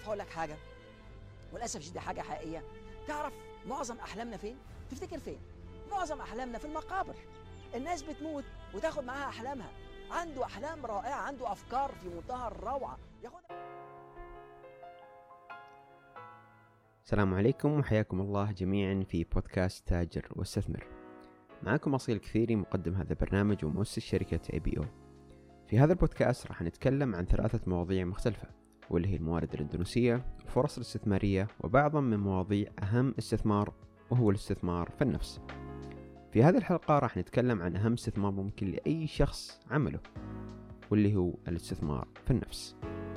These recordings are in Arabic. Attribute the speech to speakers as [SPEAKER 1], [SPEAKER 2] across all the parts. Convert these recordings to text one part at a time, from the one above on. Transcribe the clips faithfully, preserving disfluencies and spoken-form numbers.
[SPEAKER 1] اقول لك حاجه، وللاسف شديد دي حاجه حقيقيه. تعرف معظم احلامنا فين؟ تفتكر فين؟ معظم احلامنا في المقابر. الناس بتموت وتاخد معاها احلامها. عنده احلام رائعه، عنده افكار في منتهى الروعه ياخدها.
[SPEAKER 2] السلام عليكم وحياكم الله جميعا في بودكاست تاجر واستثمر. معكم أصيل الكثيري، مقدم هذا البرنامج ومؤسس شركة اي بي او. في هذا البودكاست راح نتكلم عن ثلاثة مواضيع مختلفة، واللي هي الموارد الإندونيسية، الفرص الاستثمارية، وبعضا من مواضيع أهم استثمار وهو الاستثمار في النفس. في هذه الحلقة راح نتكلم عن أهم استثمار ممكن لأي شخص عمله، واللي هو الاستثمار في النفس.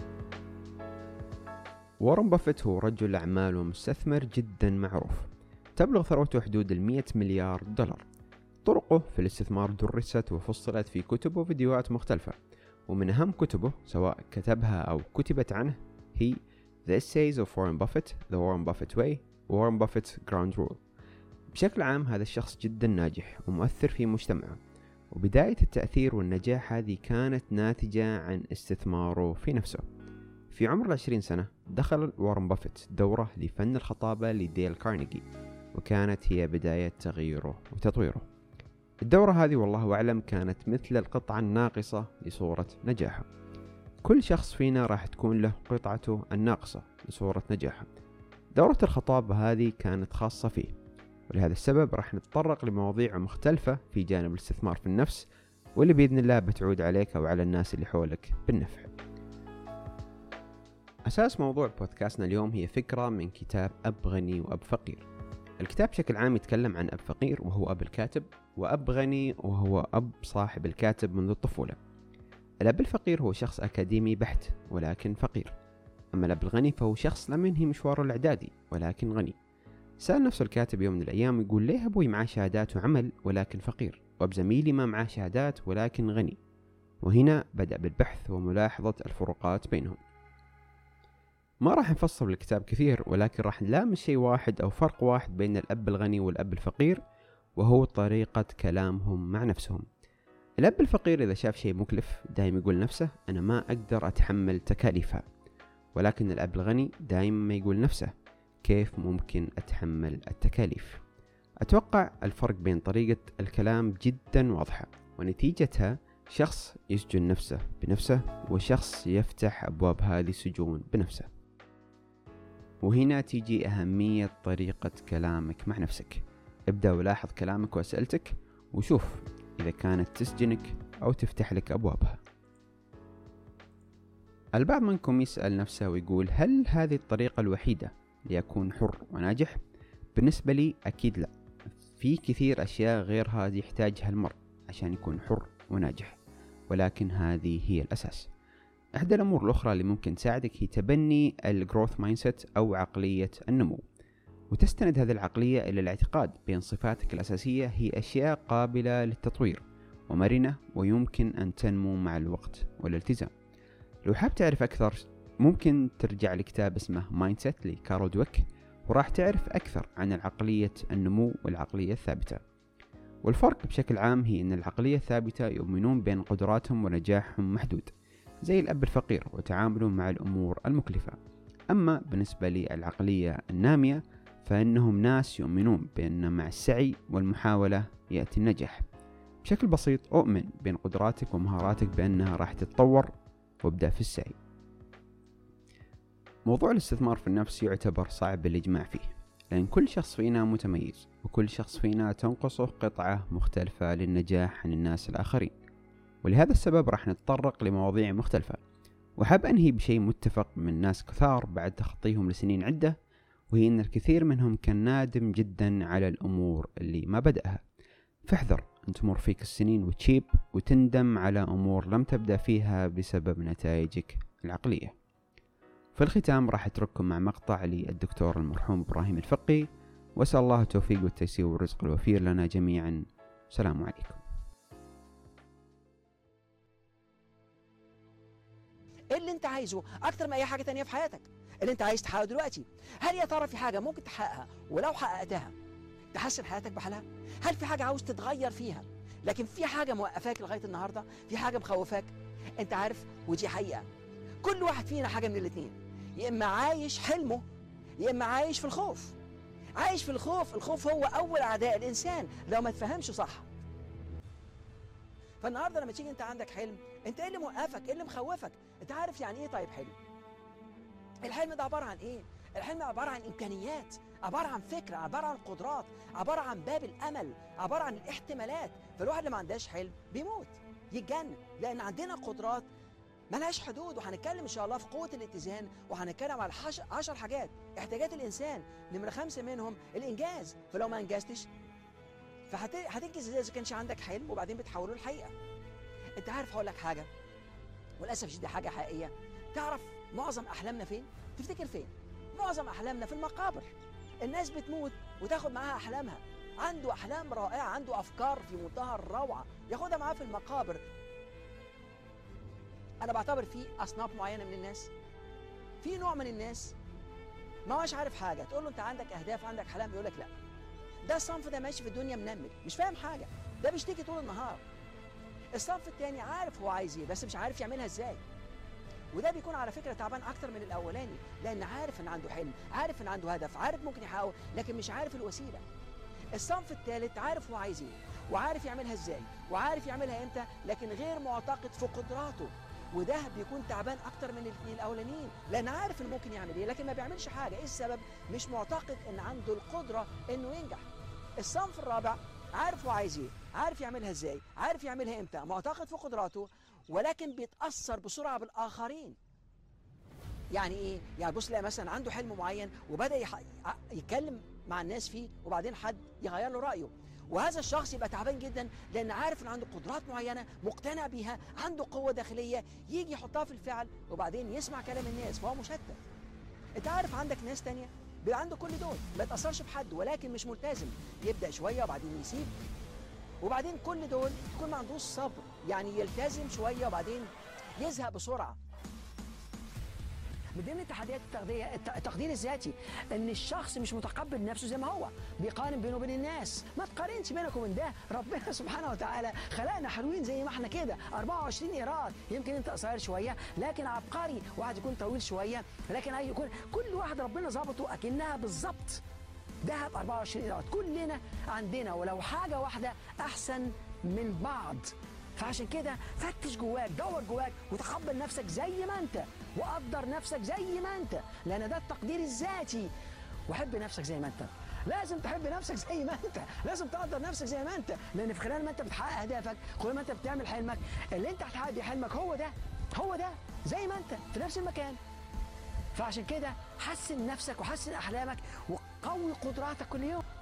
[SPEAKER 2] وارن بافيت هو رجل أعمال ومستثمر جدا معروف، تبلغ ثروته حدود المئة مليار دولار. طرقه في الاستثمار درست وفصلت في كتب وفيديوهات مختلفة، ومن أهم كتبه سواء كتبها أو كتبت عنه هي The Essays of Warren Buffett, The Warren Buffett Way, Warren Buffett's Ground Rule. بشكل عام هذا الشخص جدا ناجح ومؤثر في مجتمعه، وبداية التأثير والنجاح هذه كانت ناتجة عن استثماره في نفسه. في عمر العشرين سنة دخل وارن بافيت دورة لفن الخطابة لديل كارنيجي، وكانت هي بداية تغييره وتطويره. الدورة هذه والله أعلم كانت مثل القطعة الناقصة لصورة نجاحه. كل شخص فينا راح تكون له قطعته الناقصة لصورة نجاحه. دورة الخطابة هذه كانت خاصة فيه، ولهذا السبب راح نتطرق لمواضيع مختلفة في جانب الاستثمار في النفس، واللي بإذن الله بتعود عليك أو على الناس اللي حولك بالنفع. أساس موضوع بودكاستنا اليوم هي فكرة من كتاب أب غني وأب فقير. الكتاب بشكل عام يتكلم عن أب فقير وهو أب الكاتب، وأب غني وهو أب صاحب الكاتب منذ الطفولة. الأب الفقير هو شخص أكاديمي بحت ولكن فقير، أما الأب الغني فهو شخص لم ينهي مشواره الإعدادي ولكن غني. سأل نفسه الكاتب يوم من الأيام يقول: ليه أبوي معاه شهادات وعمل ولكن فقير، وأب زميلي ما معاه شهادات ولكن غني؟ وهنا بدأ بالبحث وملاحظة الفروقات بينهم. ما راح نفصل الكتاب كثير، ولكن راح نلامس شيء واحد أو فرق واحد بين الأب الغني والأب الفقير، وهو طريقة كلامهم مع نفسهم. الأب الفقير إذا شاف شيء مكلف دايم يقول نفسه أنا ما أقدر أتحمل تكاليفها، ولكن الأب الغني دايم ما يقول نفسه كيف ممكن أتحمل التكاليف. أتوقع الفرق بين طريقة الكلام جدا واضحة، ونتيجتها شخص يسجن نفسه بنفسه، وشخص يفتح أبواب هذه السجون بنفسه. وهنا تيجي أهمية طريقة كلامك مع نفسك. ابدأ ولاحظ كلامك وأسئلتك، وشوف إذا كانت تسجنك أو تفتح لك أبوابها. البعض منكم يسأل نفسه ويقول: هل هذه الطريقة الوحيدة ليكون حر وناجح؟ بالنسبة لي أكيد لا. في كثير أشياء غير هذه يحتاجها المرء عشان يكون حر وناجح، ولكن هذه هي الأساس. إحدى الأمور الأخرى اللي ممكن تساعدك هي تبني الجروث مايندسيت أو عقلية النمو، وتستند هذه العقلية إلى الاعتقاد بأن صفاتك الأساسية هي أشياء قابلة للتطوير ومرنة ويمكن أن تنمو مع الوقت والالتزام. لو حاب تعرف أكثر ممكن ترجع لكتاب اسمه مايندسيت لكارول دويك، وراح تعرف أكثر عن العقلية النمو والعقلية الثابتة. والفرق بشكل عام هي أن العقلية الثابتة يؤمنون بأن قدراتهم ونجاحهم محدود زي الأب الفقير وتعاملهم مع الأمور المكلفة. أما بالنسبة للعقلية النامية فإنهم ناس يؤمنون بأن مع السعي والمحاولة يأتي النجاح. بشكل بسيط أؤمن بأن قدراتك ومهاراتك بأنها راح تتطور، وابدأ في السعي. موضوع الاستثمار في النفس يعتبر صعب الإجماع فيه، لأن كل شخص فينا متميز، وكل شخص فينا تنقصه قطعة مختلفة للنجاح عن الناس الآخرين. ولهذا السبب راح نتطرق لمواضيع مختلفة، وحاب أنهي بشيء متفق من ناس كثار بعد تخطيهم لسنين عدة، وهي أن الكثير منهم كان نادم جدا على الأمور اللي ما بدأها. فاحذر أن تمر فيك السنين وتشيب وتندم على أمور لم تبدأ فيها بسبب نتائجك العقلية. في الختام راح أترككم مع مقطع للدكتور المرحوم إبراهيم الفقي، وأسأل الله التوفيق والتيسير والرزق الوفير لنا جميعا. السلام عليكم.
[SPEAKER 1] ايه اللي انت عايزه اكتر من اي حاجه تانية في حياتك؟ اللي انت عايز تحققه دلوقتي، هل يا ترى في حاجه ممكن تحققها ولو حققتها تحسن حياتك بحالها؟ هل في حاجه عاوز تتغير فيها لكن في حاجه موقفاك لغايه النهارده؟ في حاجه مخوفاك؟ انت عارف، ودي حقيقه، كل واحد فينا حاجه من الاثنين. يا اما عايش حلمه يا اما عايش في الخوف. عايش في الخوف، الخوف هو اول اعداء الانسان لو ما تفهمش صح. فالنهارده لما تيجي انت عندك حلم، انت ايه اللي موقفك؟ ايه اللي مخوفك؟ انت عارف يعني ايه طيب حلم؟ الحلم ده عباره عن ايه؟ الحلم عباره عن امكانيات، عباره عن فكره، عباره عن قدرات، عباره عن باب الامل، عباره عن الاحتمالات. فالواحد اللي ما عندهاش حلم بيموت، يتجنن، لان عندنا قدرات ملهاش حدود. وهنتكلم ان شاء الله في قوه الاتزان، وهنتكلم على عشر حاجات احتياجات الانسان، نمره خمسه منهم الانجاز. فلو ما انجزتش فهتنجز ازاي اذا كانش عندك حلم وبعدين بتحوله لحقيقه؟ انت عارف هقول لك حاجه، وللاسف الشديد دي حاجه حقيقيه. تعرف معظم احلامنا فين؟ تفتكر فين؟ معظم احلامنا في المقابر. الناس بتموت وتاخد معاها احلامها. عنده احلام رائعه، عنده افكار في منتهى الروعه، ياخدها معاه في المقابر. انا بعتبر في اصناف معينه من الناس. في نوع من الناس ما هوش عارف حاجه، تقول له انت عندك اهداف، عندك احلام، يقول لك لا. ده الصنف ده ماشي في الدنيا منمل، مش فاهم حاجه، ده بيشتكي طول النهار. الصنف الثاني عارف هو عايز ايه بس مش عارف يعملها ازاي. وده بيكون على فكره تعبان اكتر من الاولاني، لان عارف ان عنده حلم، عارف ان عنده هدف، عارف ممكن يحققه، لكن مش عارف الوسيله. الصنف الثالث عارف هو عايز ايه وعارف يعملها ازاي وعارف يعملها امتى، لكن غير معتقد في قدراته. وده بيكون تعبان اكتر من الاثنين الاولانيين، لان عارف انه ممكن يعمل ايه لكن ما بيعملش حاجه. ايه السبب؟ مش معتقد ان عنده القدره انه ينجح. الصنف الرابع عارف هو عايز ايه، عارف يعملها ازاي، عارف يعملها امتى، معتقد في قدراته، ولكن بيتاثر بسرعه بالاخرين. يعني ايه؟ يعني بص لا مثلا عنده حلم معين وبدا يح... يتكلم مع الناس فيه، وبعدين حد يغير له رايه، وهذا الشخص يبقى تعبان جدا لان عارف ان عنده قدرات معينه، مقتنع بيها، عنده قوه داخليه، يجي يحطها في الفعل وبعدين يسمع كلام الناس فهو مشتت. انت عارف عندك ناس تانية بيبقى عنده كل دول، ما يتاثرش بحد ولكن مش ملتزم، يبدا شويه وبعدين يسيب، وبعدين كل دول يكون ما عندوش صبر، يعني يلتزم شويه وبعدين يزهق بسرعه. من ضمن تحديات التقدير التقدير الذاتي ان الشخص مش متقبل نفسه زي ما هو، بيقارن بينه وبين الناس. ما تقارنش بينك وبين ده، ربنا سبحانه وتعالى خلقنا حلوين زي ما احنا كده، أربعة وعشرين ايراد. يمكن انت قصير شويه لكن عبقري، واحد يكون طويل شويه لكن اي يكون كل واحد ربنا ظبطه اكنها بالظبط دهب أربعة وعشرين ايراد. كلنا عندنا ولو حاجه واحده احسن من بعض. فعشان كده فتش جواك، دور جواك، وتقبل نفسك زي ما انت، وقدر نفسك زي ما انت، لان ده التقدير الذاتي. وحب نفسك زي ما انت، لازم تحب نفسك زي ما انت، لازم تقدر نفسك زي ما انت، لان في خلال ما انت بتحقق اهدافك، خلال ما انت بتعمل حلمك، اللي انت هتحقق بيه حلمك هو ده هو ده زي ما انت في نفس المكان. فعشان كده حسن نفسك وحسن احلامك وقوي قدراتك كل يوم.